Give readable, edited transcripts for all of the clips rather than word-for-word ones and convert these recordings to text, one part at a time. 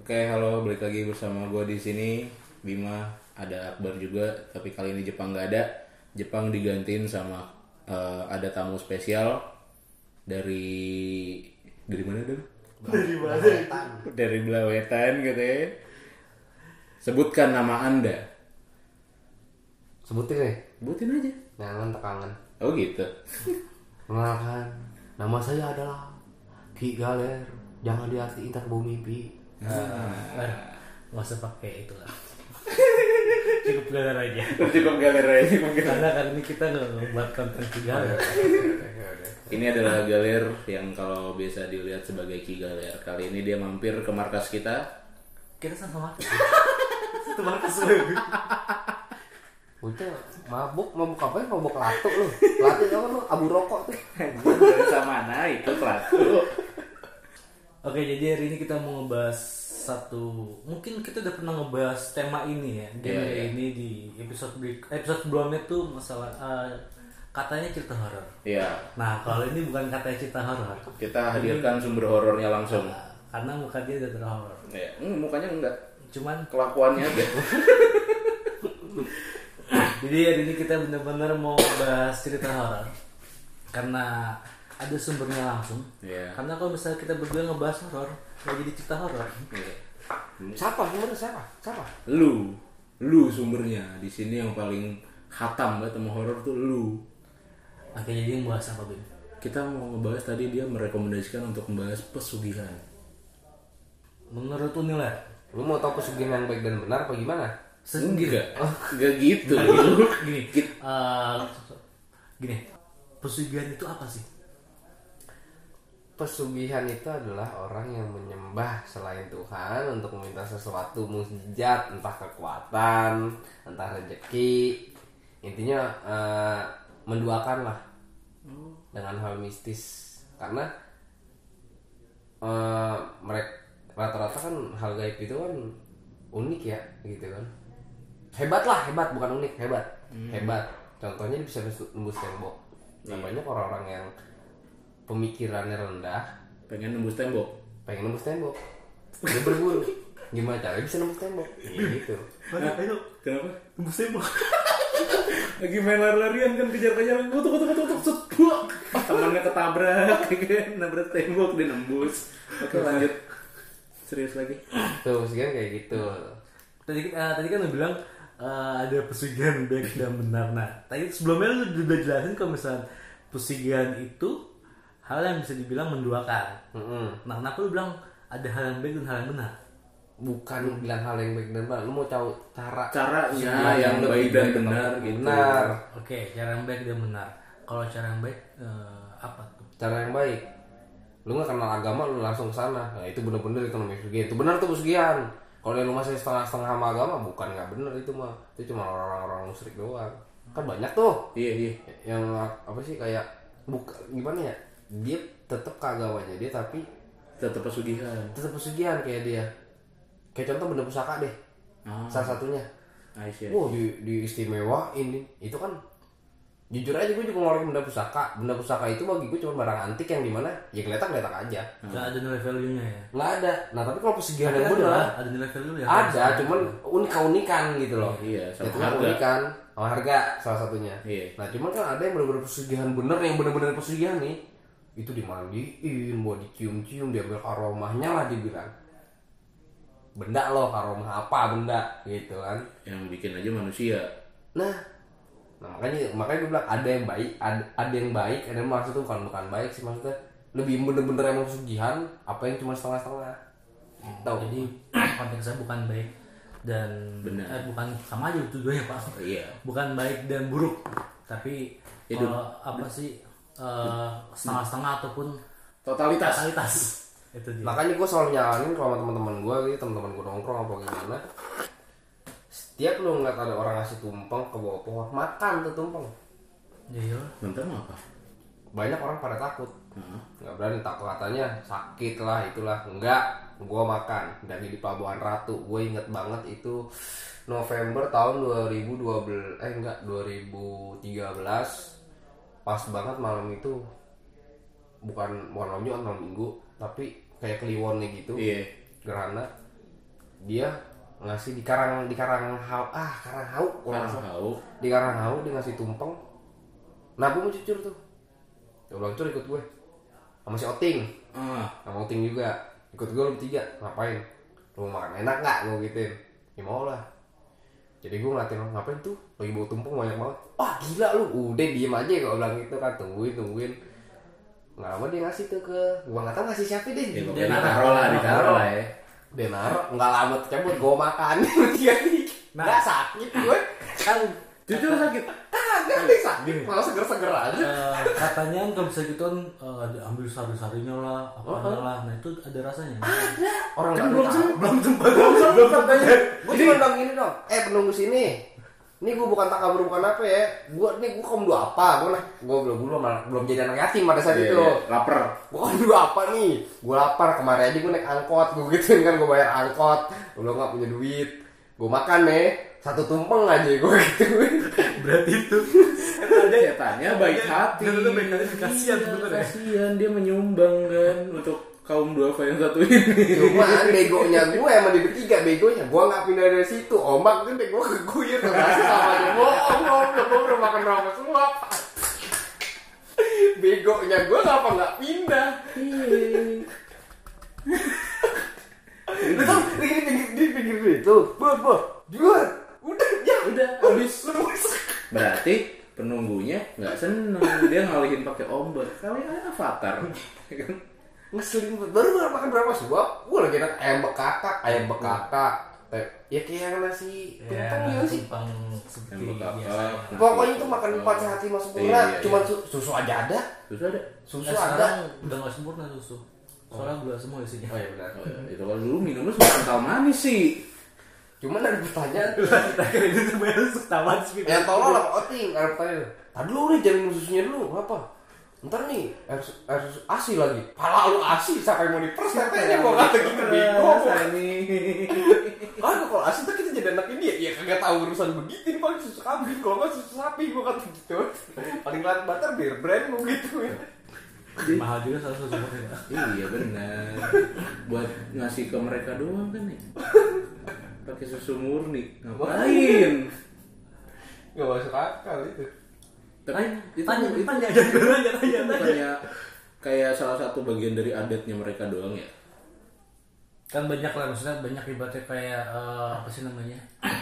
Oke, halo, balik lagi bersama gue di sini. Bima, ada Akbar juga, tapi kali ini Jepang nggak ada. Jepang digantiin sama ada tamu spesial dari mana dulu? Dari mana? Dari Blawetan katanya. Sebutkan nama Anda. Sebutin deh. Sebutin aja. Jangan tekangan. Oh gitu. Perkenalkan, nama saya adalah Ki Galer. Jangan diartiin ntar bau mimpi. Nggak usah pakai itu lah. Cukup galer aja. Cukup galer aja. Karena kali ini kita nggak buat konten Ki Galer. Ini adalah Galer yang kalau biasa dilihat sebagai Ki Galer. Kali ini dia mampir ke markas kita. Kita sama satu markas lagi. Udah mabuk apa ya? Mabuk latuk lu. Latuk apa lu? Abu rokok tuh. Dari mana itu pelaku. Oke, jadi hari ini kita mau ngebahas mungkin kita udah pernah ngebahas tema ini ya. Jadi ini di episode sebelumnya tuh masalah katanya cerita horor. Iya. Nah, kalau ini bukan katanya cerita horor. Kita hadirkan sumber horornya langsung. Karena muka dia udah terhoror. Iya. Mukanya enggak. Cuman Kelakuannya aja. jadi hari ini kita benar-benar mau bahas cerita horor. Karena ada sumbernya langsung. Iya. Karena kalau misalnya kita berdua ngebahas horor, nggak jadi cerita horor. Iya. Siapa? Siapa? Lu sumbernya di sini yang paling khatam banget sama horor tuh lu. Oke, jadi yang bahas apa, Bin? Kita mau ngebahas tadi dia merekomendasikan untuk membahas pesugihan. Menurut Uniler, Lu mau tahu pesugihan yang baik dan benar apa gimana? Enggak gitu. Gini, pesugihan itu apa sih? Pesugihan itu adalah orang yang menyembah selain Tuhan untuk meminta sesuatu mukjizat, entah kekuatan, entah rezeki. Intinya menduakan lah dengan hal mistis. Karena mereka rata-rata kan hal gaib itu kan unik ya, gitu kan. Hebat, bukan unik, hebat. Contohnya bisa nembus tembok. Nah, banyak orang-orang yang pemikirannya rendah Pengen nembus tembok. Dia berburu, gimana caranya bisa nembus tembok gitu. Ayo, kenapa? Tembus tembok. Lagi main lari-larian kan, kejar-kejaran, kutuk, temannya ketabrak, kan, nabrak tembok, dia nembus. Oke, lanjut. Serius lagi. Tuh, sekian kayak gitu. Tadi kan lu bilang ada pesugihan baik dan benar. Nah, tadi sebelumnya lu udah jelasin kalau misalnya pesugihan itu hal yang bisa dibilang menduakan. Nah, kenapa lu bilang ada hal yang baik dan hal yang benar? Bukan bilang hal yang baik dan benar, lu mau tahu Caranya yang baik dan benar gitu. Benar. Oke, cara yang baik dan benar. Kalau cara yang baik apa tuh? Cara yang baik, lu nggak kenal agama lu langsung ke sana. Nah, itu benar-benar itu namanya pesugihan. Itu benar tuh pesugihan. Kalau yang lu masih setengah-setengah sama agama, bukan nggak benar itu mah. Itu cuma orang-orang musyrik doang. Kan banyak tuh. Iya. Yang apa sih kayak gimana ya? Dia tetap ke agamanya dia tapi Tetap pesugihan kayak dia. Kayak contoh benda pusaka deh. Salah satunya. Aisyah. Wow, diistimewain nih. Itu kan jujur aja gue juga ngeluarin benda pusaka. Benda pusaka itu bagi gue cuma barang antik yang dimana ya geletak aja. Nggak ada nilai value-nya ya? Nggak ada. Nah tapi kalau pesugihan yang benar ada nilai value ya? ada, cuman keunikan gitu loh. Iya, sama Jatuhnya harga. keunikan, sama harga salah satunya. Iya. Nah cuman kan ada yang benar-benar pesugihan bener, yang benar-benar pesugihan nih. Itu dimandiin, buat dicium-cium, diambil aromanya lah dibilang. Benda loh, aroma apa benda gitu kan. Yang bikin aja manusia. Nah makanya gue bilang ada yang baik, ada yang baik, ada yang maksud tuh bukan baik sih, maksudnya lebih bener-bener emang pesugihan, apa yang cuma setengah-setengah. Tahu? Jadi konteksnya bukan baik dan Benar. Bukan sama aja tujuannya, Pak. Iya. Bukan baik dan buruk, tapi apa sih setengah-setengah ataupun Totalitas. Itu dia. Makanya gue selalu nyaranin kalau sama teman-teman gue gitu, teman-teman gue nongkrong apa gimana, setiap lu ngeliat ada orang ngasih tumpeng ke bawah pohon, makan tuh tumpeng. Iya. Bentar apa? Banyak orang pada takut, nggak berani, takut katanya sakit lah itulah. Enggak, gue makan dari di Pelabuhan Ratu. Gue inget banget itu November tahun 2013, pas banget malam itu. Bukan malam Jumat, malam Minggu, tapi kayak kliwonnya gitu. Iya. Gerhana. dia ngasih di Karanghau di Karanghau dia ngasih tumpeng. Nah gue mau cucur tuh, dia bilang cur ikut gue sama si Oting, sama Oting juga ikut gue, lu bertiga ngapain, lu mau makan enak nggak, gue gituin. Ya mau lah. Jadi gue ngeliatin ngapain tuh, lagi bawa tumpeng banyak banget. Wah gila lu, udah diem aja kalau bilang gitu kan, tungguin. Nggak lama dia ngasih tuh ke, gue nggak tahu ngasih siapa deh. Ya, dia ditaruh lah ya. Dia naruh, nggak lama tercabut, gue makan bertiga nih. Nggak sakit gue, Kan Jujur sakit. kagak nih sakit, malah seger aja. Katanya kalau bisa gitu kan diambil sari-sarinya lah, apanya lah. Nah itu ada rasanya. Ada orang Kan belum belum sempat katanya. Gue cuma bilang gini dong, penunggu sini. Ini gue bukan takabur bukan apa ya. Gue kaum dua apa? Gue belum jadi anak yatim pada saat itu. Lapar. Gue kaum dua apa nih? Gue lapar, kemarin aja gue naik angkot. Gue gituin kan, gue bayar angkot. Gue nggak punya duit. Gue makan nih, 1 tumpeng aja gue gituin. Berarti itu Tanya baik hati. Dia baik hati, kasihan sebenarnya. Kasihan dia menyumbang kan untuk kaum duafa yang satu ini. Cuman begonya gue emang di bertiga begonya. Gue nggak pindah dari situ. Ombak tuh gue keguyur terus sama dia. Gue udah makan berapa suap. Begonya gue nggak pindah. Lu tau di pinggir itu. Jual. Udah habis. Berarti penunggunya nggak seneng, dia ngalihin pakai ombak. Kali avatar. Ngeselin banget. Baru makan berapa suap? Gue lagi enak ayam bekakak. Ya kayak nasi tumpeng ya sih. Tumpeng seperti Yang biasa. bekakak. Pokoknya itu makan 4 sehat 5 sempurna. Iya. Cuman susu aja ada. Terus ada. Susu Nah, ada. sekarang udah nggak sempurna susu. Soalnya gula semua isinya. Oh iya benar. Oh, ya, itu kalau dulu minumnya semua kental manis sih. Cuman ada pertanyaan. Terakhir itu sebenarnya tamat sih. Yang tolong lah Pak Oting. Ada pertanyaan. Tadi dulu nih jangan minum susunya dulu. Apa? Ntar nih air ASI lagi. Pala lu ASI sampai mau diperes katanya gua kata gitu bego. Kalau ASI tuh kita jadi anak ini ya kagak tahu urusan begitu nih, paling susu kambing kalau nggak susu sapi gua kata gitu. Paling lain butter beer brand mau gitu ya. Mahal juga salah susu murni. Iya benar. Buat ngasih ke mereka doang kan ya. Pakai susu murni. Ngapain? Gak masuk akal itu. Tapi itu Tanya. bukannya kayak salah satu bagian dari adatnya mereka doang ya? Kan banyak lah, maksudnya banyak ibaratnya kayak apa sih namanya,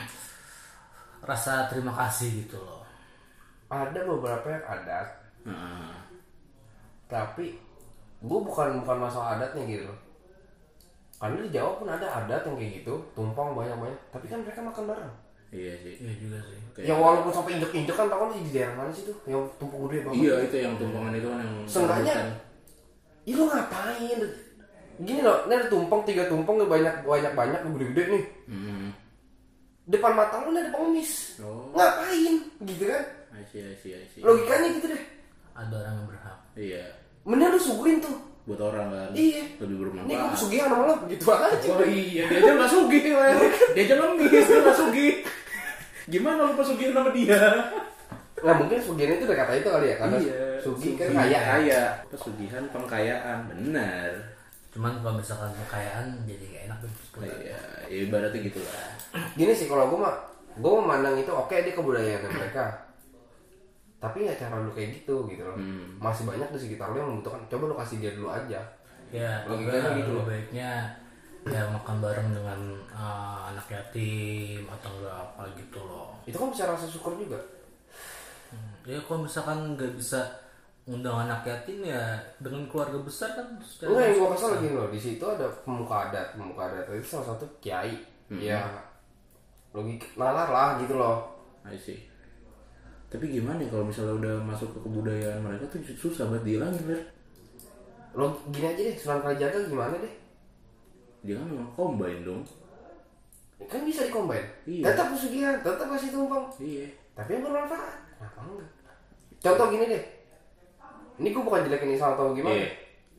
rasa terima kasih gitu loh. Ada beberapa yang adat, Nah, tapi gue bukan masalah adatnya gitu loh. Karena di Jawa pun ada adat yang kayak gitu, tumpang banyak, tapi kan mereka makan bareng. iya sih. Iya juga sih. Kayak- Yang walaupun sampai injek-injek kan, tau kan di daerah mana sih tuh, yang tumpeng gede banget. Iya itu yang tumpangan itu kan yang Seenggaknya, sambutan. ih lu ngapain? Gini loh, ini ada tumpeng, 3 tumpeng banyak gede-gede nih. Depan mata lu ada pengemis. Oh. Ngapain? Gitu kan? I see. Logikanya gitu deh. Ada orang yang berhak. Iya. Mending lu suguhin tuh. Buat orang kan. Iya. Lebih Ini gue bermanfaat. pesugihan sama lo, gitu aja. Oh iya, dia aja nggak sugih, Ler. Dia aja ngemis, dia nggak sugih. Gimana lu pesugihan sama dia? Nah mungkin pesugihan itu udah kata itu kali ya, karena sugi kan kaya. Kaya. Pesugihan pengkayaan, benar. Cuman kalau misalkan kekayaan jadi gak enak tuh. Iya, ya ibaratnya gitu lah. Gini sih kalau gue memandang itu oke dia kebudayaan mereka. Tapi ya cara lu kayak gitu loh. Masih banyak di sekitar lu yang membutuhkan. Coba lu kasih dia dulu aja. Ya, Logikanya gitu loh. baiknya ya makan bareng dengan anak yatim atau enggak apa gitu loh. Itu kan bisa rasa syukur juga. Ya kalau misalkan nggak bisa undang anak yatim ya dengan keluarga besar kan. Enggak, yang gue kesel lagi loh, di situ ada pemuka adat itu salah satu kiai. Ya logik nalar lah gitu loh. I see. Tapi gimana ya kalau misalnya udah masuk ke kebudayaan mereka tuh susah banget dihilangin, Ler. Lo gini aja deh, Sunan Kalijaga gimana deh? Jangan memang combine dong. Kan bisa dikombin. Iya. Tetap pesugihan, tetap kasih tumpeng. Iya. Tapi yang bermanfaat. Kenapa enggak? Contoh gini deh. Ini gue bukan jelekin Islam atau gimana. Iya.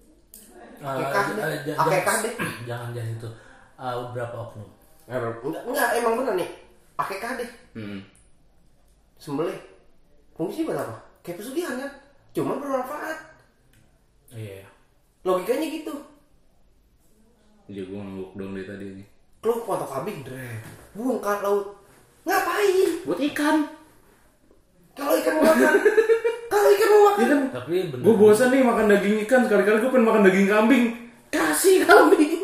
Akekah deh. Jangan itu. Berapa oknum? Enggak, emang bener nih. Akekah deh. Sembelih. Fungsinya buat apa? Kayak pesugihan kan. Cuma bermanfaat. Iya. Logikanya gitu. Iya gue ngangguk dong dari tadi nih. Lu potong kambing, Dre. Buang ke laut. Ngapain? Buat ikan. Kalau ikan mau makan. Kalau ikan mau makan. Ya kan, Tapi bener. gue bosan nih makan daging ikan, sekali-kali gue pengen makan daging kambing. Kasih kambing.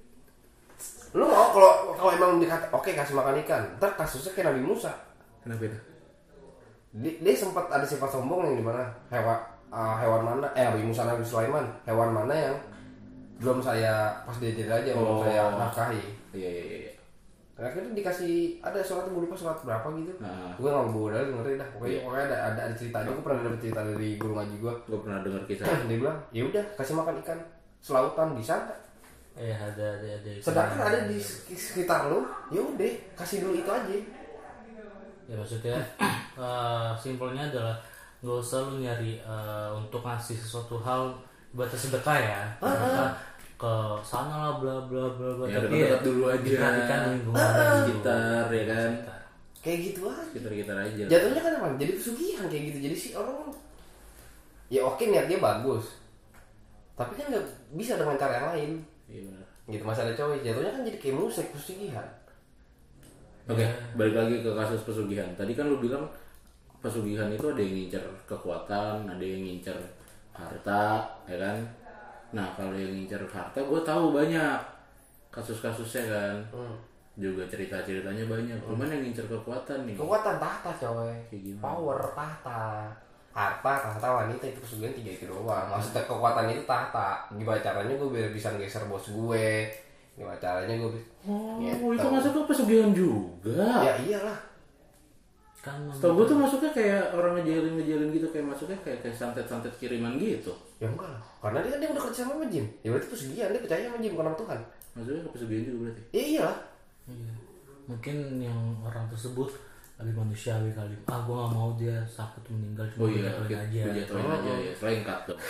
Lu mau kalau emang dikata oke kasih makan ikan, ntar kasusnya kayak Nabi Musa. Kenapa itu? Dia sempat ada sifat sombong yang dimana hewan mana Nabi Musa Nabi Sulaiman, hewan mana yang belum saya pas dia jadi raja belum saya nafkahi. Iya. Akhirnya dikasih ada surat, gue lupa surat berapa gitu. Gue nggak mau bawa ngeri dah. Pokoknya ada ceritanya. Gue pernah dapat cerita dari guru ngaji gue. Gue pernah dengar kisah. Dia bilang, ya udah kasih makan ikan selautan bisa nggak? Ada. Sedangkan ada di sekitar lu, ya udah kasih dulu itu aja. Ya maksudnya simpelnya adalah nggak usah lu nyari untuk ngasih sesuatu hal batas sedekah ya. Ke sana lah bla bla bla bla. Ya, tapi dekat dulu aja. Diperhatikan lingkungan Sekitar ya kan. Kayak gitu aja. Sekitar aja. Jatuhnya kan apa? Jadi pesugihan kayak gitu. Jadi si orang ya oke niat dia bagus, tapi kan nggak bisa dengan cara yang lain. Iya benar. Gitu masalah cowok jatuhnya kan jadi kayak musik pesugihan. Oke, balik lagi ke kasus pesugihan. Tadi kan lu bilang pesugihan itu ada yang ngincer kekuatan, ada yang ngincer harta, ya kan? Nah, kalau yang ngincer harta, gue tahu banyak kasus-kasusnya kan. Juga cerita-ceritanya banyak. Cuman yang ngincer kekuatan nih. Kekuatan tahta coy. Kayak gimana? Power tahta. Harta, tahta, wanita itu pesugihan 3 itu doang. Maksudnya kekuatan itu tahta. Gimana caranya gue biar bisa geser bos gue? Gimana caranya gue Oh, itu masuk ke pesugihan juga. Ya iyalah. kan. Setahu gue tuh masuknya kayak orang ngejalin gitu, kayak masuknya kayak santet-santet kiriman gitu. Ya enggak lah. Karena dia udah kerja sama jin. Ya berarti pesugihan, dia percaya sama jin bukan sama Tuhan. Maksudnya ke pesugihan juga berarti. Ya iyalah. Iya. Mungkin yang orang tersebut lagi manusiawi kali. Gue gak mau dia sakit meninggal cuma jatuhin aja. Jatuhin aja ya, selain cut dong.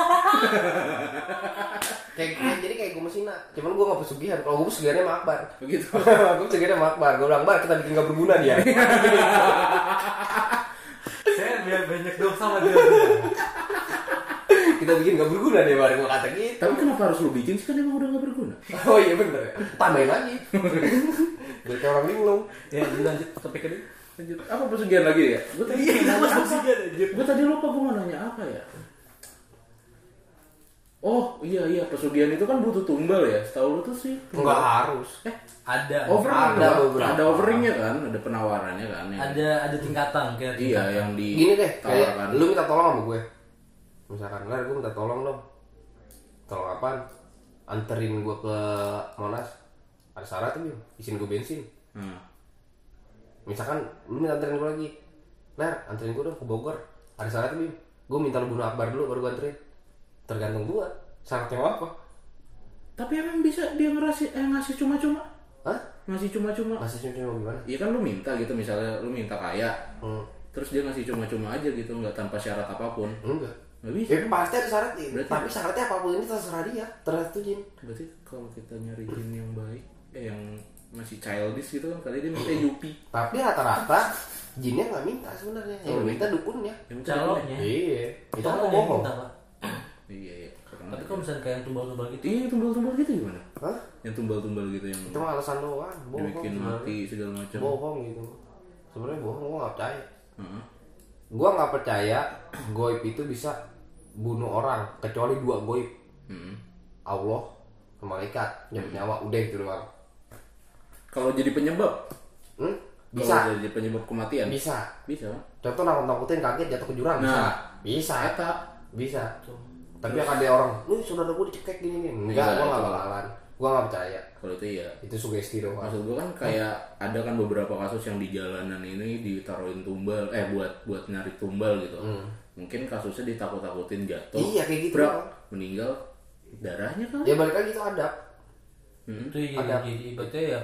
Jadi kayak gue Mesina. Cuman gue gak pesugihan. Kalau gue pesugihannya sama Akbar. Begitu. Gue pesugihannya sama Akbar. Gue bilang, Bar kita bikin gak berguna dia. Saya biar banyak dong sama dia. Kita bikin gak berguna dia, Bar. Gue kata gitu. Tapi kenapa harus lu bikin sih, kan emang udah gak berguna? Oh iya bener ya. Tambahin lagi. Dari kayak orang linglung. Ya lanjut topik ini. Lanjut. Apa pesugihan lagi ya? Gue tadi Gue tadi lupa gue mau nanya apa ya? Oh iya pesugihan itu kan butuh tumbal ya. Setahu lu tuh sih Enggak harus. Ada Ada beberapa. Ada offeringnya kan, ada penawarannya kan. Yang... ada tingkatan kayak Iya yang di. Gini deh, kayak tawarkan. lu minta tolong sama gue. Misalkan, Lar gue minta tolong dong. Tolong apaan? Anterin gue ke Monas. Ada syarat tuh, Bim. Izin gue bensin. Misalkan lu minta anterin gue lagi. Lar, anterin gue dong ke Bogor. Ada syarat tuh, Bim. Gue minta lu bunuh Akbar dulu baru gue anterin. Tergantung gue. Syaratnya apa? Tapi emang bisa dia ngasih cuma-cuma? Hah? Ngasih cuma-cuma? Masih cuma gimana? Iya kan lu minta gitu, misalnya lu minta kaya. Terus dia ngasih cuma-cuma aja gitu, nggak tanpa syarat apapun. Enggak. Nggak bisa. Ya pasti ada syaratnya. Berarti- Tapi syaratnya apapun ini terserah dia. Terserah tuh jin. Berarti kalau kita nyari jin yang baik, yang masih childish gitu kan, kali dia minta Yupi. Tapi rata-rata jinnya nggak minta sebenarnya. Yang minta dukunnya. Yang minta calonnya. Iya. Itu kan Calonnya bohong. minta, Pak. Iya. Tapi kalau misalnya kayak yang tumbal-tumbal gitu, Iya, yang tumbal-tumbal gitu gimana? Hah? Yang tumbal-tumbal gitu yang Itu mah alasan doang. Bohong. dibikin mati segala macam. Bohong gitu. Sebenarnya bohong. Gue nggak percaya. Heeh. Gue nggak percaya goib itu bisa bunuh orang kecuali 2 goib. Allah sama malaikat nyabut nyawa udah gitu doang. Kalau jadi penyebab, Bisa. Kalau jadi penyebab kematian, Bisa. bisa. Contoh nakut-nakutin kaget jatuh ke jurang bisa. Nah. Bisa. Eta. Bisa. Tapi yang ada orang, saudara gue dicekek gini. Enggak, gue nggak bakalan. Gue nggak percaya. Kalau itu iya. Itu sugesti doang. Maksud gue kan kayak ada kan beberapa kasus yang di jalanan ini ditaruhin tumbal, buat nyari tumbal gitu. Mungkin kasusnya ditakut-takutin jatuh. Iya, kayak gitu brak, doang. meninggal, darahnya kan. Ya balik lagi itu adab. itu jadi ibaratnya ya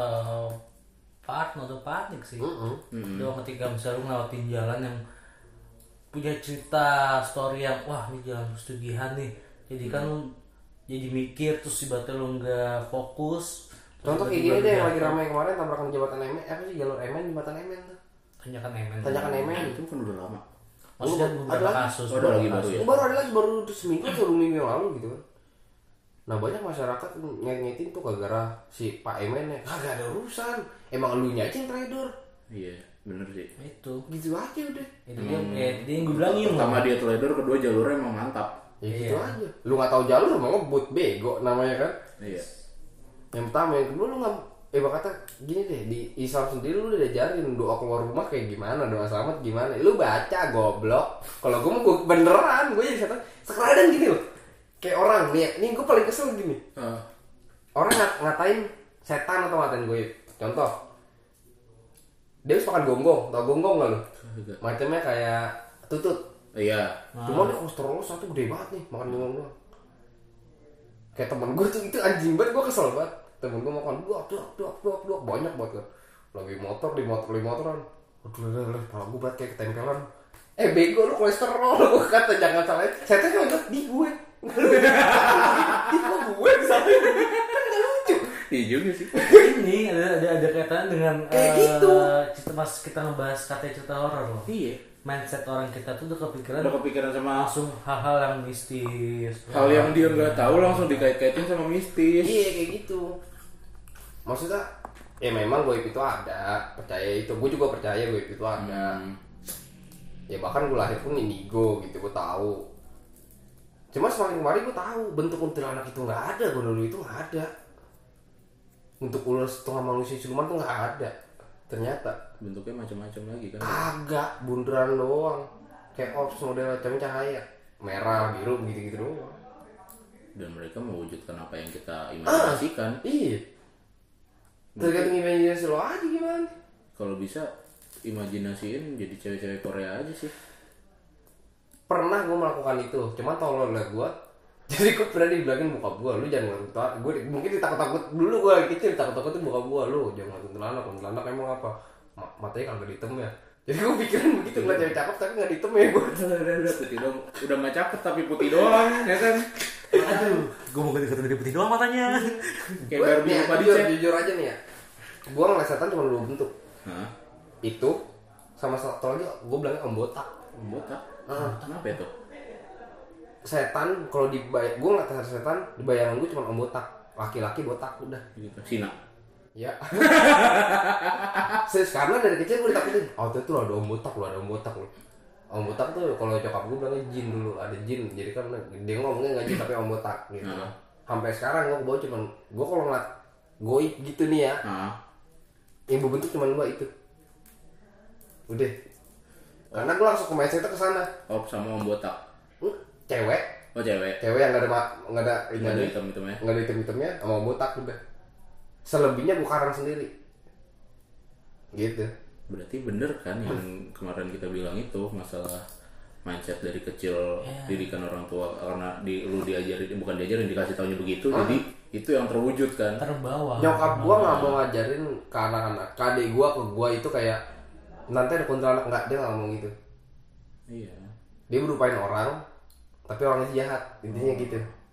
partner atau panik sih. Doang ketika misalnya lu ngelewatin jalan yang punya cerita story yang wah ini jalan pesugihan nih, jadi kan lu jadi mikir terus ibaratnya lu nggak fokus. Contoh kayak gini deh yang lagi ramai kemarin tabrakan jembatan Emen, apa sih jalur Emen jembatan Emen tuh? Tanyakan Emen. Tanyakan Emen. Itu kan udah lama. Maksudnya Ada beberapa lagi? kasus. Oh, ada lagi baru ya? Baru ada lagi baru seminggu atau 2 minggu yang lalu gitu kan. Nah banyak masyarakat ngetin tuh gara-gara si Pak Emennya kagak ada urusan, emang elunya aja yang trader. Iya bener sih. Itu Gitu aja udah. itu dia yang gue bilangin Pertama dia trader, kedua jalurnya emang mantap. Ya gitu aja. Lu nggak tahu jalur mau ngebut bego namanya kan. Iya. Yang pertama, yang kedua lu nggak kata gini deh, di Islam sendiri lu udah diajarin doa keluar rumah kayak gimana, doa selamat gimana. Lu baca goblok. Kalau gue mau beneran gue jadi setan. Sekarang gini loh. Kayak orang nih gue paling kesel gini. Orang ngatain setan atau ngatain gue. Contoh, dia harus makan gonggong. Tau gonggong nggak lu? Macamnya kayak tutut. Iya. Cuma dia kolesterol satu gede banget nih makan gonggong doang. Kayak temen gue tuh itu anjing banget, gue kesel banget. Temen gue makan duak banyak banget kan. Lagi motor di motoran. Aduh, kepala gue banget kayak ketempelan. Bego lu kolesterol, gue kata jangan salah. Saya tuh nggak di gue. Di gue misalnya kan nggak lucu. Iya juga sih. ini ada kaitannya dengan Kayak gitu. Pas kita ngebahas katanya cerita horor loh. Iya. Mindset orang kita tuh udah kepikiran sama langsung hal-hal yang mistis. hal yang dia nggak tahu langsung dikait-kaitin sama mistis. Iya kayak gitu. Maksudnya ya memang goib itu ada, percaya itu. Gue juga percaya goib itu ada. Ya bahkan gue lahir pun indigo gitu, gue tahu. Cuma semakin kemarin gue tahu bentuk kuntilanak itu nggak ada, gue dulu itu nggak ada. Untuk ular setengah manusia siluman tuh nggak ada. Ternyata Bentuknya macam-macam lagi kan. kagak, bunderan doang. Kayak ops model cahaya, merah, biru, gitu-gitu doang. Dan mereka mewujudkan apa yang kita imajinasikan. Iya. Tergantung imajinasi lo aja gimana. Kalau bisa imajinasiin jadi cewek-cewek Korea aja sih. Pernah gue melakukan itu, cuman tolol lah gue. Jadi gue pernah dibilangin bokap gue, lu jangan ngelakuin. Gue mungkin ditakut-takut dulu, gue kecil ditakut-takutin bokap gue, lu jangan ngelakuin kuntilanak emang apa? Matanya kagak ditem ya. Jadi gue pikirin begitu, ngeliat cewek cakep tapi nggak ditem ya gue. Putih doang. Udah mah cakep tapi putih doang ya kan. Aduh, gue mau ganti dari putih doang matanya. Kayak Gue baru nih, lupa dicek. jujur aja nih ya. Gue ngeliat setan cuma 2 bentuk. Hah? Itu sama satu lagi gue bilangnya om botak. Botak? Kenapa itu? Setan kalau gue ngeliat setan di bayangan gue cuma om botak, laki-laki botak udah. Gitu. Sina. Ya. Karena dari kecil gue ditakutin. Oh itu ada om botak lu, ada om botak lu. Om botak tuh kalau nyokap gue bilangnya jin dulu, ada jin. Jadi kan dia ngomongnya nggak jin tapi om botak gitu. Sampai sekarang gue bawa cuman gue kalau ngeliat goib gitu nih ya. Yang berbentuk cuma 2 itu. Udah. Karena gue langsung ke mindsetnya ke sana. Oh sama om botak. Cewek. Oh cewek. Cewek yang nggak ada Nggak ada hitam-hitamnya. nggak ada hitam-hitamnya sama om botak udah. Selebihnya gue karang sendiri. Gitu. Berarti bener kan yang kemarin kita bilang itu masalah mindset dari kecil didikan orang tua karena lu diajarin bukan diajarin dikasih taunya begitu jadi itu yang terwujud kan. Terbawa. Nyokap gue nggak mau ngajarin ke anak-anak. Ke adik gue ke gue itu kayak nanti ada kuntilanak nggak, dia nggak ngomong gitu. Iya. Dia berupain orang tapi orangnya jahat intinya gitu.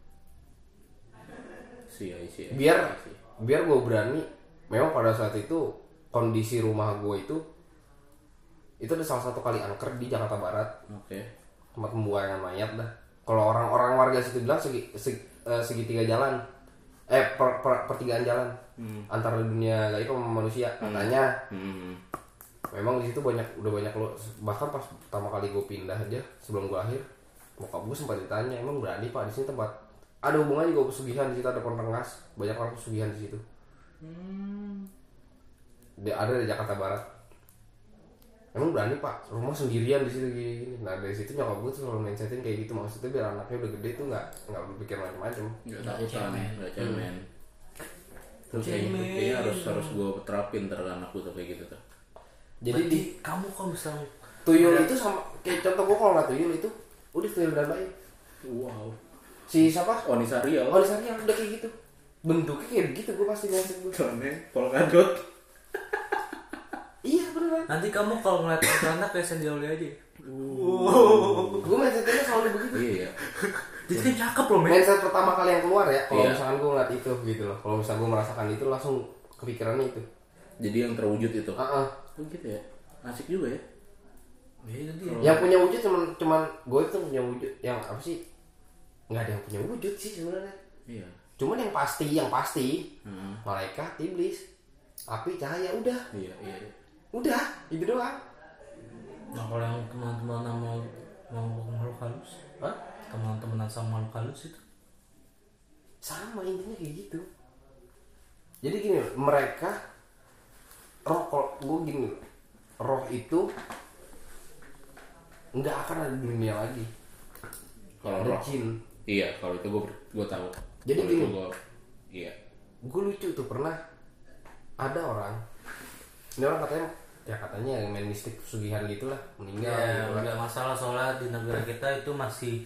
Sih. Biar gue berani. Memang pada saat itu kondisi rumah gue itu ada salah satu kali angker di Jakarta Barat. Oke. Tempat pembuangan mayat dah. Kalau orang-orang warga situ bilang segitiga jalan, pertigaan jalan antara dunia gaib sama manusia katanya. Memang di situ udah banyak lo. Bahkan pas pertama kali gue pindah aja sebelum gue lahir, bokap gue sempat ditanya, emang berani pak di sini tempat ada hubungannya juga pesugihan, di situ ada pohon rengas, banyak orang pesugihan di situ. Ada di Jakarta Barat. Emang berani pak, rumah sendirian di situ gini. Nah dari situ nyokap gue tuh selalu mindsetin kayak gitu, maksudnya biar anaknya udah gede tuh nggak berpikir macam-macam. Nggak cemen. Terus kayaknya harus gue terapin terhadap anak gue tuh kayak gitu tuh. Jadi kamu kalau misalnya tuyul itu sama kayak contoh gue kalau nggak tuyul itu udah tuyul dan bayi. Wow. Si siapa? Onisa Rial. Udah kayak gitu. Bentuknya kayak begitu gue pasti mindset gue. Soalnya polkadot. Iya beneran. nanti kamu kalau ngeliat anak kayak Sandy Aulia aja. Gue mindsetnya selalu begitu. Iya. Jadi kan cakep loh men. Mindset pertama kali yang keluar ya. Kalau Iya. misalkan gue ngeliat itu gitu loh. Kalau misalkan gue merasakan itu langsung kepikirannya itu. Jadi yang terwujud itu. Ah. Oh gitu ya. Asik juga ya. Iya dia. Yang punya wujud cuman gue itu punya wujud yang apa sih? Nggak ada yang punya wujud sih sebenarnya. Iya. Cuman yang pasti malaikat, iblis, api, cahaya, udah. Iya. Udah, itu doang. Nah kalau yang teman-teman sama makhluk halus, teman-teman sama makhluk halus itu Sama intinya kayak gitu. Jadi gini, mereka roh itu nggak akan ada di dunia lagi. Kalau ada roh, jin. iya kalau itu gue tahu. Jadi Kalau gini, itu iya. gue lucu tuh pernah ada orang, ini orang katanya yang main mistik pesugihan gitulah, meninggal. ya gitu lah. nggak masalah soalnya di negara kita itu masih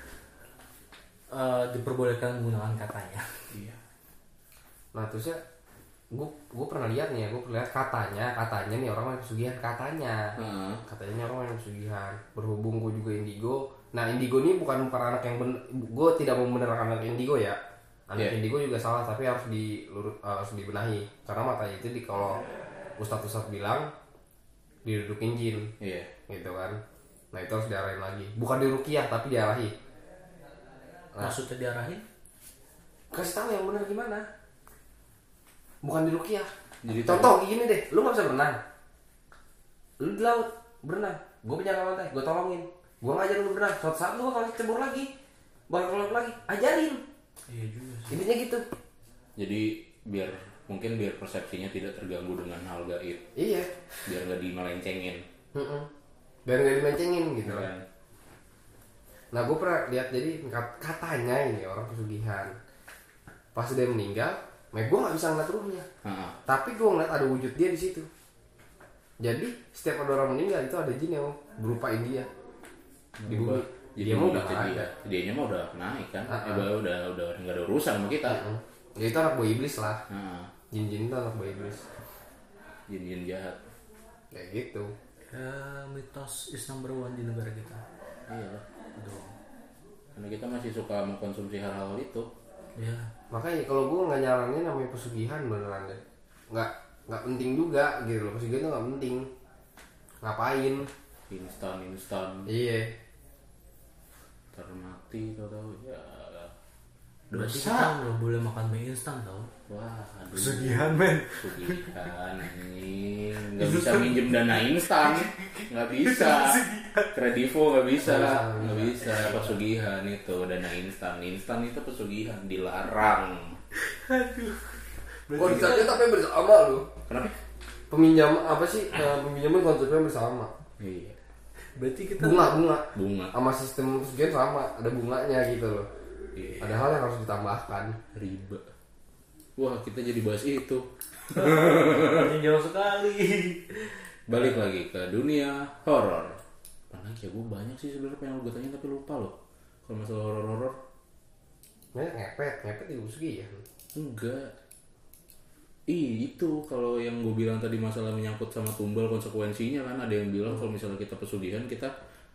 diperbolehkan menggunakan katanya. Iya. Nah terusnya gue pernah lihat nih ya, gue pernah lihat katanya nih orang main pesugihan katanya nih orang main pesugihan. Berhubung gue juga indigo. Nah indigo ini bukan anak yang gue tidak mau membenarkan anak indigo ya. Anak indigo juga salah, tapi harus dibenahi karena matanya itu kalau ustadz bilang didudukin jin, gitu kan. Nah itu harus diarahin lagi, bukan diruqyah tapi diarahi. Nah, Maksudnya diarahin? kasih tahu yang benar gimana, bukan diruqyah. Jadi contoh gini deh, lu nggak bisa berenang, lu di laut berenang, gue penjaga pantai, gue tolongin, gue ngajarin lu berenang, suatu saat lu bakal cebur lagi, bakal keluar lagi, ajarin. Iya juga sih. Intinya gitu. Jadi biar persepsinya tidak terganggu dengan hal gaib. Iya. Biar nggak dimelencengin. Biar nggak dimencengin gitu Kan. kan. Nah gue pernah lihat, jadi katanya ini orang pesugihan pas dia meninggal, gue nggak bisa ngeliat ruhnya, tapi gue ngeliat ada wujud dia di situ. Jadi setiap ada orang meninggal itu ada jin yang berupain dia di bumi. Jadi Dia mau udah dianya mah udah naik kan. Udah nggak ada urusan sama kita. Ya itu anak buah iblis lah. Jin-jin itu anak buah iblis. Jin-jin jahat. Kayak gitu. Ya mitos is number one di negara kita. Iya lah. Karena kita masih suka mengkonsumsi hal-hal itu. Ya. Makanya kalau gue nggak nyaranin namanya pesugihan beneran deh. Nggak penting juga gitu loh. Pesugihan itu nggak penting. Ngapain? Instan. Iya. Termati tahu ya. Berarti Dosa. kita nggak boleh makan mie instan tau? Wah, aduh. Pesugihan men. Pesugihan anjing. Nggak bisa minjem dana instan. Nggak bisa. Kredivo nggak bisa. Nggak bisa. Pesugihan itu dana instan. Instan itu pesugihan dilarang. Aduh. Kok bisa tapi bersama lu. Kenapa? Peminjam apa sih? Peminjaman konsepnya bersama. Iya. Berarti kita Bunga. Bunga. Sama sistem pesugihan sama, ada bunganya gitu loh. Iya. Ada hal yang harus ditambahkan. Riba. Wah, kita jadi bahas itu. anjing jauh sekali. Balik lagi ke dunia horor. Mana ya, gue banyak sih sebenarnya pengen gue tanya tapi lupa loh. Kalau masalah horor. Ngepet di pesugihan. Enggak. Itu kalau yang gue bilang tadi masalah menyangkut sama tumbal konsekuensinya kan ada yang bilang kalau misalnya kita pesugihan kita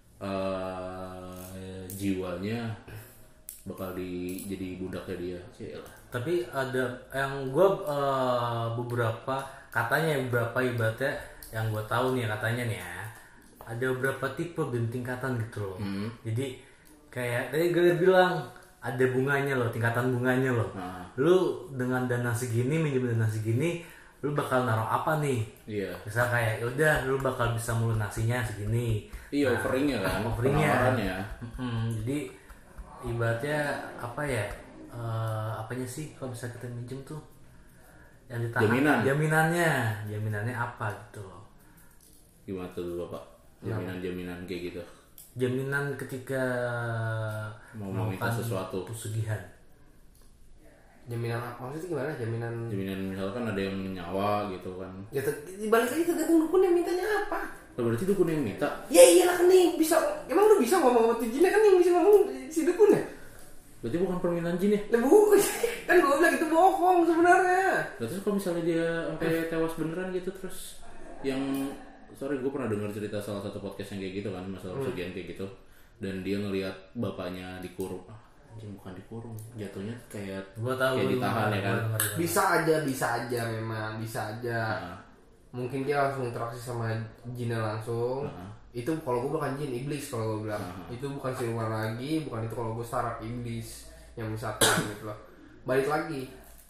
jiwanya bakal jadi budaknya dia. Cilah. Tapi ada yang gue beberapa ibaratnya yang gue tahu nih katanya nih ya, ada beberapa tipe dan tingkatan gitu loh. Jadi kayak tadi gue bilang ada bunganya loh, tingkatan bunganya loh. Lu dengan dana segini, minjem dana segini, lu bakal naruh apa nih? Iya. Misal kayak yaudah lu bakal bisa melunasinya segini. Iya, offeringnya kan. Offeringnya. Jadi ibaratnya apa ya? Apanya sih kalau bisa kita minjem tuh? Yang ditahan. Jaminannya apa gitu loh. Gimana tuh Bapak? Jaminan kayak gitu. Jaminan ketika mau meminta sesuatu, pesugihan. Jaminan apa? Maksudnya gimana? Jaminan misalkan ada yang nyawa gitu kan. Ya balik lagi tergantung dukun yang mintanya apa. Berarti dukun yang minta? Ya iyalah kan nih bisa. Emang lu bisa ngomong sama jinnya kan yang bisa ngomong si dukunnya? Berarti bukan permintaan jin ya? Lah bukan. Kan gue bilang itu bohong sebenarnya. Terus kalau misalnya dia sampai tewas beneran gitu terus yang gue pernah dengar cerita salah satu podcast yang kayak gitu kan masalah pesugihan kayak gitu dan dia ngelihat bapaknya dikurung. Anjing bukan dikurung, jatuhnya kayak ditahan ya kan. Bisa aja memang bisa aja. Mungkin dia langsung interaksi sama jinnya langsung. Itu kalau gue bukan jin, iblis kalau gue bilang. Itu bukan siluman lagi, bukan itu kalau gue startup iblis yang misalkan gitu loh. balik lagi,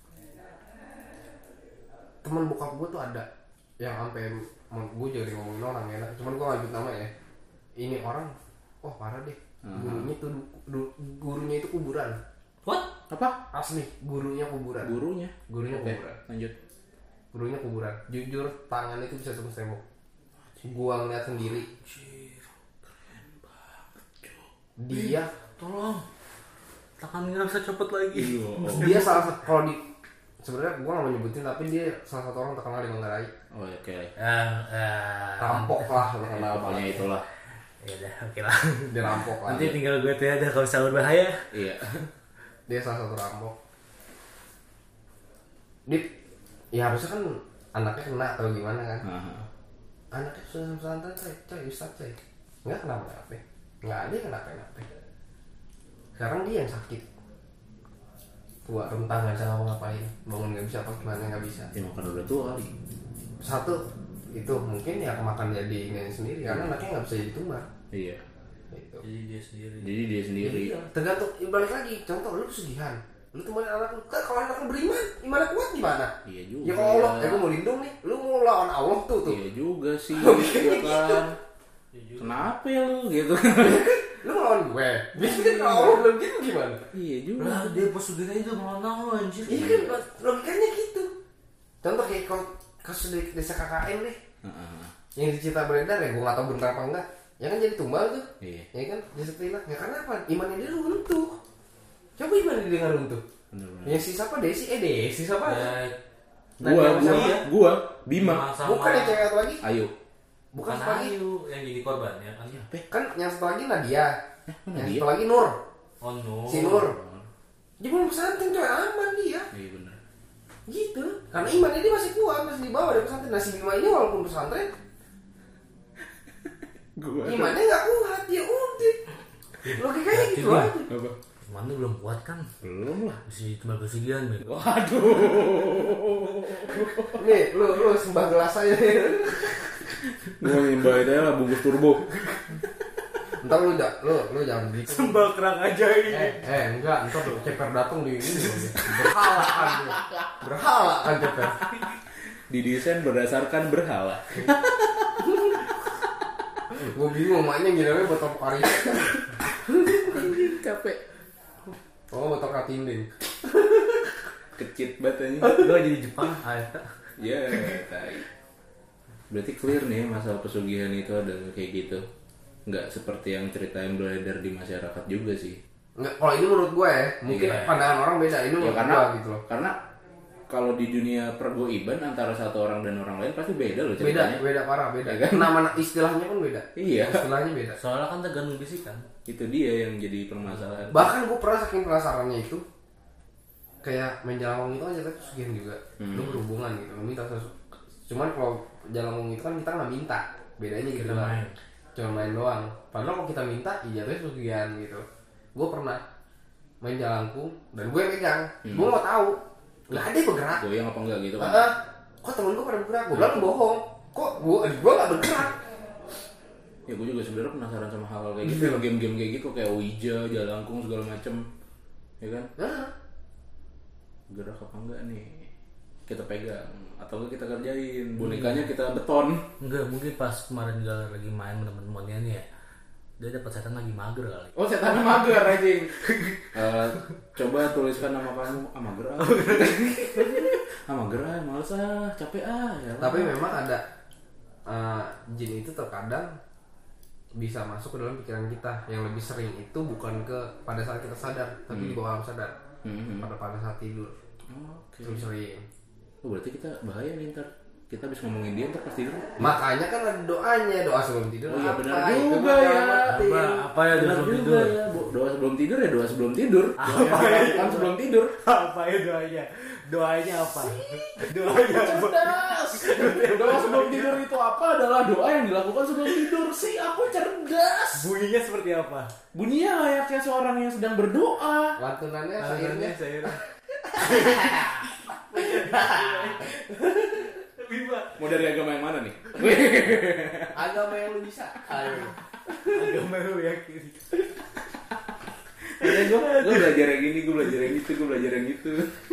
teman bokap gue tuh ada yang sampai gue jadi ngomongin orang enak, cuman gue lanjut nama ya. Ini orang, oh parah deh, gurunya itu kuburan. What? Apa? Asli, gurunya kuburan. Gurunya Kuburan. lanjut. Gurunya kuburan. Jujur tangannya itu bisa tembus tembok. Gua ngeliat sendiri. Dia, Tolong. Tangannya nggak bisa copot lagi. dia salah satu, kalau di sebenarnya gua nggak mau nyebutin, tapi dia salah satu orang terkenal di Manggarai. Oh ya, oke. Rampok lah, terkenal Pokoknya banget. itulah. Ya udah, oke lah. Dia rampok lah. Nanti tinggal gue tuh ada kalau bisa berbahaya. Iya. Dia salah satu rampok. Dia, ya harusnya kan anaknya kena atau gimana kan? Aha. Anaknya sudah pesantren coy, Ustaz coy. Nggak kenapa-napa. Nggak ada yang kenapa-napa. Sekarang dia yang sakit. Tua rentang nggak bisa ngapa-ngapain. Bangun nggak bisa apa gimana nggak bisa. Ya makan udah tua kali. Satu itu mungkin ya kemakan jadi ini sendiri karena anaknya nggak bisa jadi tumbar. Iya. Gitu. Jadi dia sendiri. Jadi dia sendiri. Iya, tergantung balik lagi. Contoh lu pesugihan. Lu temenin anak lu. Kalau anak lu beriman, iman kuat gimana? Iya juga. Ya kalau Allah, gue mau lindung nih. Lu mau lawan Allah tuh. Iya juga sih. Logikanya Ya kan. Kenapa ya lu gitu? Lu mau lawan gue. Bikin kalau Allah belum gitu gimana? Iya juga. Lah dia pesugihan itu melawan lo anjir. Iya kan logikanya gitu. Contoh kayak kalau kasus di desa KKN deh. Heeh. Yang cerita beredar ya, gue gak tau bener apa enggak. Ya kan jadi tumbal tuh. Iya. Ya kan jadi hilang. Ya karena apa? Imannya dia lu runtuh. Coba imannya dia nggak runtuh. Bener-bener. Yang si siapa Desi siapa? Ya, Gua Bima. sama Bukan yang cewek satu lagi. Ayo. Bukan bukan satu lagi. Ayu yang jadi korban ya kan. Kan yang satu lagi Nadia. Yang Nadia? satu lagi Nur. Oh no. Si Nur. Dia belum pesantren coy, aman dia. Iya bener. Gitu. Karena imannya dia masih kuat, masih di bawah dari pesantren. Nah si Bima ini walaupun pesantren, imannya nggak kuat, ya udah. Logikanya gitu Gua. aja. Apa? Mana belum kuat kan? Belum lah. Masih cuma pesugihan nih. Waduh. Nih, lu sembah gelas aja. Gua nyimbahin aja lah bungkus turbo. Ntar lu jangan gitu. Sembal kerang aja ini. Enggak, ntar lu ceper datang di ini. Berhala kan dia. Berhala kan ceper. Didesain berdasarkan berhala. Gue bingung maknya ngiranya botol karis. Capek. Oh, botol katinding. Kecit banget aja. Gue jadi Jepang, AFK. Ya, tai. Berarti clear nih masalah pesugihan itu ada kayak gitu. Nggak seperti yang cerita yang beredar di masyarakat juga sih. Enggak, kalau ini menurut gue ya, mungkin Iya. pandangan orang beda. Ini Ya menurut karena gue gitu loh. karena kalau di dunia pergoiban antara satu orang dan orang lain pasti beda loh ceritanya. Beda parah, beda. Ya kan? Nama istilahnya pun beda. Iya. Istilahnya beda. Soalnya kan tergantung bisikan. Itu dia yang jadi permasalahan. Bahkan gue pernah saking penasarannya itu, kayak main Jalangkung itu aja tapi pesugihan juga. Lu berhubungan gitu, lu minta sesuatu. Cuman kalau Jalangkung itu kan kita nggak minta, bedanya gitu Kita lah. main. Cuma main doang. Padahal kalau kita minta, iya jatuhnya pesugihan gitu. Gue pernah main Jalangkung dan gue pegang. Gue mau tahu, nggak ada yang bergerak. Goyang apa enggak gitu kan? Kok temen gue pada bergerak? Gue bilang bohong. Kok gue nggak bergerak? Ya gue juga sebenarnya penasaran sama hal kayak gitu, game-game kayak gitu kayak Ouija, Jalangkung segala macem, ya kan? Gerak apa enggak nih? Kita pegang atau enggak kita kerjain? Bonekanya kita beton. Enggak, mungkin pas kemarin Gal lagi main sama temen-temennya nih ya, dia dapat setan lagi mager kali. Oh setannya mager anjing. Coba tuliskan nama kamu mager ah. Mager ah, males ah, capek ah. Ya Tapi memang ada jin itu terkadang bisa masuk ke dalam pikiran kita. Yang lebih sering itu bukan pada saat kita sadar, tapi di bawah alam sadar. Pada saat tidur. Oke. Lebih sering. Oh, berarti kita bahaya nih ntar. Kita habis ngomongin dia ntar pas tidur. Makanya kan ada doanya, doa sebelum tidur. Oh iya apa? benar Itu juga mah ya. nyelamatin. Apa ya Benar sebelum juga tidur? ya. Doa sebelum tidur ya doa sebelum tidur. Doa yang dilakukan sebelum tidur. Apa ya doanya? Doanya apa? Doanya apa? Cerdas. Doa sebelum tidur itu apa adalah doa yang dilakukan sebelum tidur. Sih aku cerdas. Bunyinya seperti apa? Bunyinya layaknya seorang yang sedang berdoa. Lantunannya, syairnya. Bima. Mau dari agama yang mana nih? Agama yang lu bisa. Ayo. Agama lu yakin. gue belajar yang gini, gue belajar yang itu, gue belajar yang itu.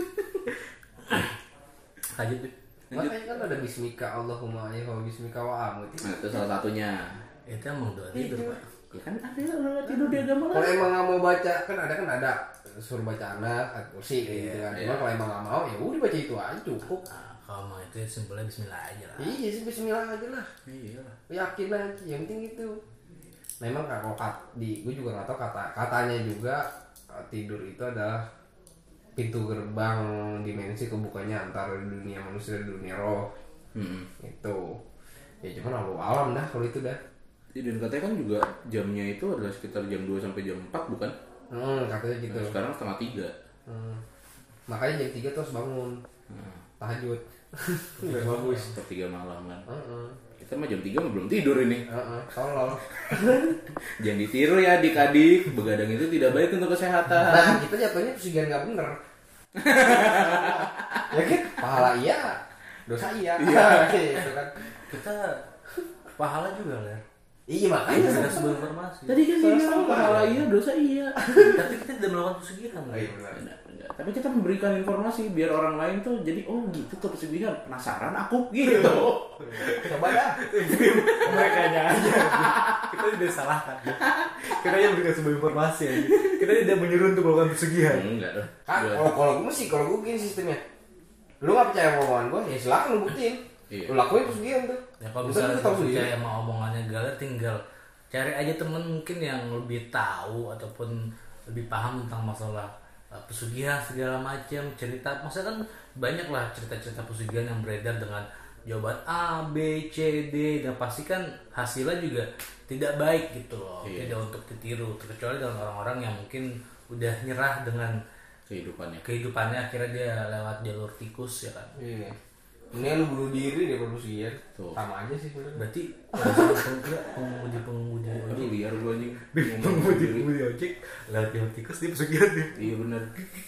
Lanjut deh. Makanya kan ada bismika Allahumma ya wa bismika wa amut. Nah, itu salah satunya. Itu emang doa tidur, Pak. Ya kan ada doa tidur di agama Kalau kan. emang nggak mau baca kan ada suruh baca anak ayat kursi kayak gitu kan. Cuma kalau emang nggak mau ya udah baca itu aja cukup. Nah, kalau mau itu simpelnya bismillah aja lah. Iya sih bismillah aja lah. Iya lah. Yakin aja yang penting gitu. Memang kalau gue juga nggak tahu katanya juga tidur itu adalah pintu gerbang dimensi kebukanya antara dunia manusia dan dunia roh. Itu ya cuman alam dah kalau itu dah. Ya, dan katanya kan juga jamnya itu adalah sekitar jam 2 sampai jam 4 bukan? Katanya gitu. Nah, sekarang setengah 3. Makanya jam 3 terus bangun tahajud. Udah bagus. Sepertiga malam kan. Kita mah jam 3 mah belum tidur ini. Tolong. Jangan ditiru ya adik-adik. Begadang itu tidak baik untuk kesehatan. Nah kita jatuhnya pesugihan nggak bener. Ya kan pahala iya, dosa iya. Gitu kan. Kita pahala juga lah. Iya makanya Ada sebuah informasi. Tadi kan dia bilang pahala iya, dosa iya. Tapi kita tidak melakukan pesugihan. Iya benar. Enggak. Tapi kita memberikan informasi biar orang lain tuh jadi oh gitu tuh pesugihan. Penasaran aku gitu. Coba dah. Mereka aja. Kita tidak salahkan. Kita hanya memberikan sebuah informasi aja. Kita tidak menyuruh untuk melakukan pesugihan. Enggak lah. Kan kalau gue gini sistemnya. Lu nggak percaya sama omongan gue, ya silakan lu buktiin. Iya. Lu lakuin pesugihan tuh. Ya kalau Bisa misalnya lu tahu nggak percaya sendiri. sama omongannya Galer, tinggal cari aja temen mungkin yang lebih tahu ataupun lebih paham tentang masalah pesugihan segala macam cerita. Maksudnya kan banyak lah cerita-cerita pesugihan yang beredar dengan jawaban A, B, C, D dan pasti kan hasilnya juga tidak baik gitu loh. Iya. Tidak untuk ditiru terkecuali dengan orang-orang yang mungkin udah nyerah dengan kehidupannya akhirnya dia lewat jalur tikus ya kan. Iya. Ini lu bunuh diri daripada pesugihan. Tuh. Sama aja sih sebenarnya. Berarti pengemudi Aduh liar gua anjing. pengemudi ojek lewat jalur tikus dia pesugihan nih. Iya benar.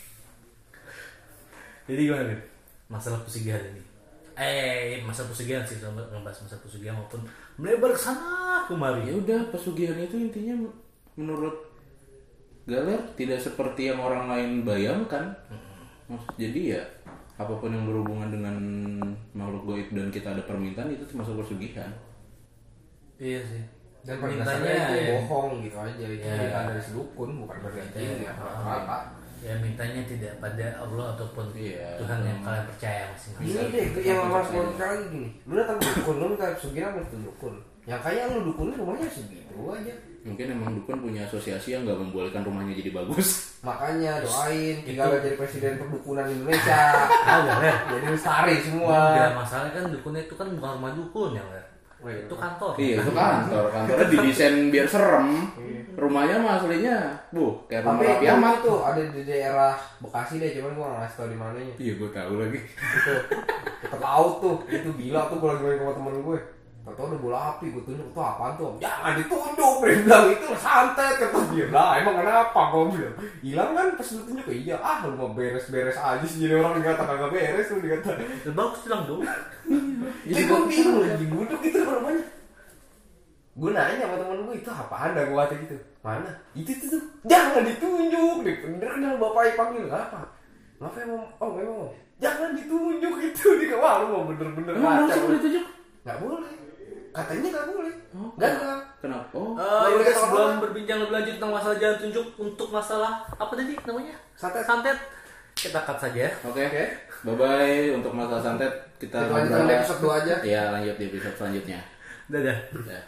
Jadi gimana nih masalah pesugihan ini? Masalah pesugihan sih, sama ngebahas masalah pesugihan maupun melebar ke sana kemari. Ya udah pesugihan itu intinya menurut Galer tidak seperti yang orang lain bayangkan. Jadi ya apapun yang berhubungan dengan makhluk gaib dan kita ada permintaan itu termasuk pesugihan. Iya sih. Dan pada Mintanya dasarnya itu ya. bohong gitu aja. Itu Ya. perintah dari sedukun bukan berarti Iya. apa. Ya mintanya tidak pada Allah ataupun Iya. Tuhan yang kalian percaya masing-masing. Ini deh yang mas mau lagi gini. Lu datang dukun, lu minta pesugihan apa itu dukun? Yang kayak lu dukunin rumahnya segitu aja. Mungkin emang dukun punya asosiasi yang nggak membolehkan rumahnya jadi bagus. Makanya doain tinggal jadi presiden perdukunan Indonesia. Ada ya. Jadi lestari semua. Enggak masalah kan dukunnya itu kan bukan rumah dukun ya, Ler. Oh, iya. Itu kantor. Iya itu kantornya didesain biar serem. Rumahnya mah aslinya, kayak rumah Tapi Raffi yang Ahmad. itu ada di daerah Bekasi deh, cuman gua nggak ngasih tau di mananya. Iya gue tahu lagi. Itu dekat laut tuh, itu gila tuh gua lagi main sama temen gue. Tau udah bola api, gue tunjuk tuh apaan tuh? Jangan ditunjuk, dia bilang itu santet kata dia. Lah emang kenapa? Gue bilang hilang kan pas lu tunjuk iya lu mau beres-beres aja sih jadi orang dikata kagak beres lu dikata. Ya, bagus bilang dong. Jadi gue bingung lagi buduk gitu namanya. Gue nanya sama temen gue itu apaan dah gue kata gitu. Mana? Itu tuh jangan ditunjuk deh. Bener kan bapaknya panggil apa? Ngapain memang jangan ditunjuk itu di wah lu mau bener-bener Emang ngaca. boleh ditunjuk? Nggak boleh. Katanya nggak boleh. Oh. Gagal. Kenapa? Ya udah sebelum berbincang lebih lanjut tentang masalah jalan tunjuk untuk masalah apa tadi namanya? Santet. Kita cut saja. Oke. Bye bye untuk masalah santet kita Lanjut di episode 2 aja. Iya lanjut di episode selanjutnya. Dadah. Dah.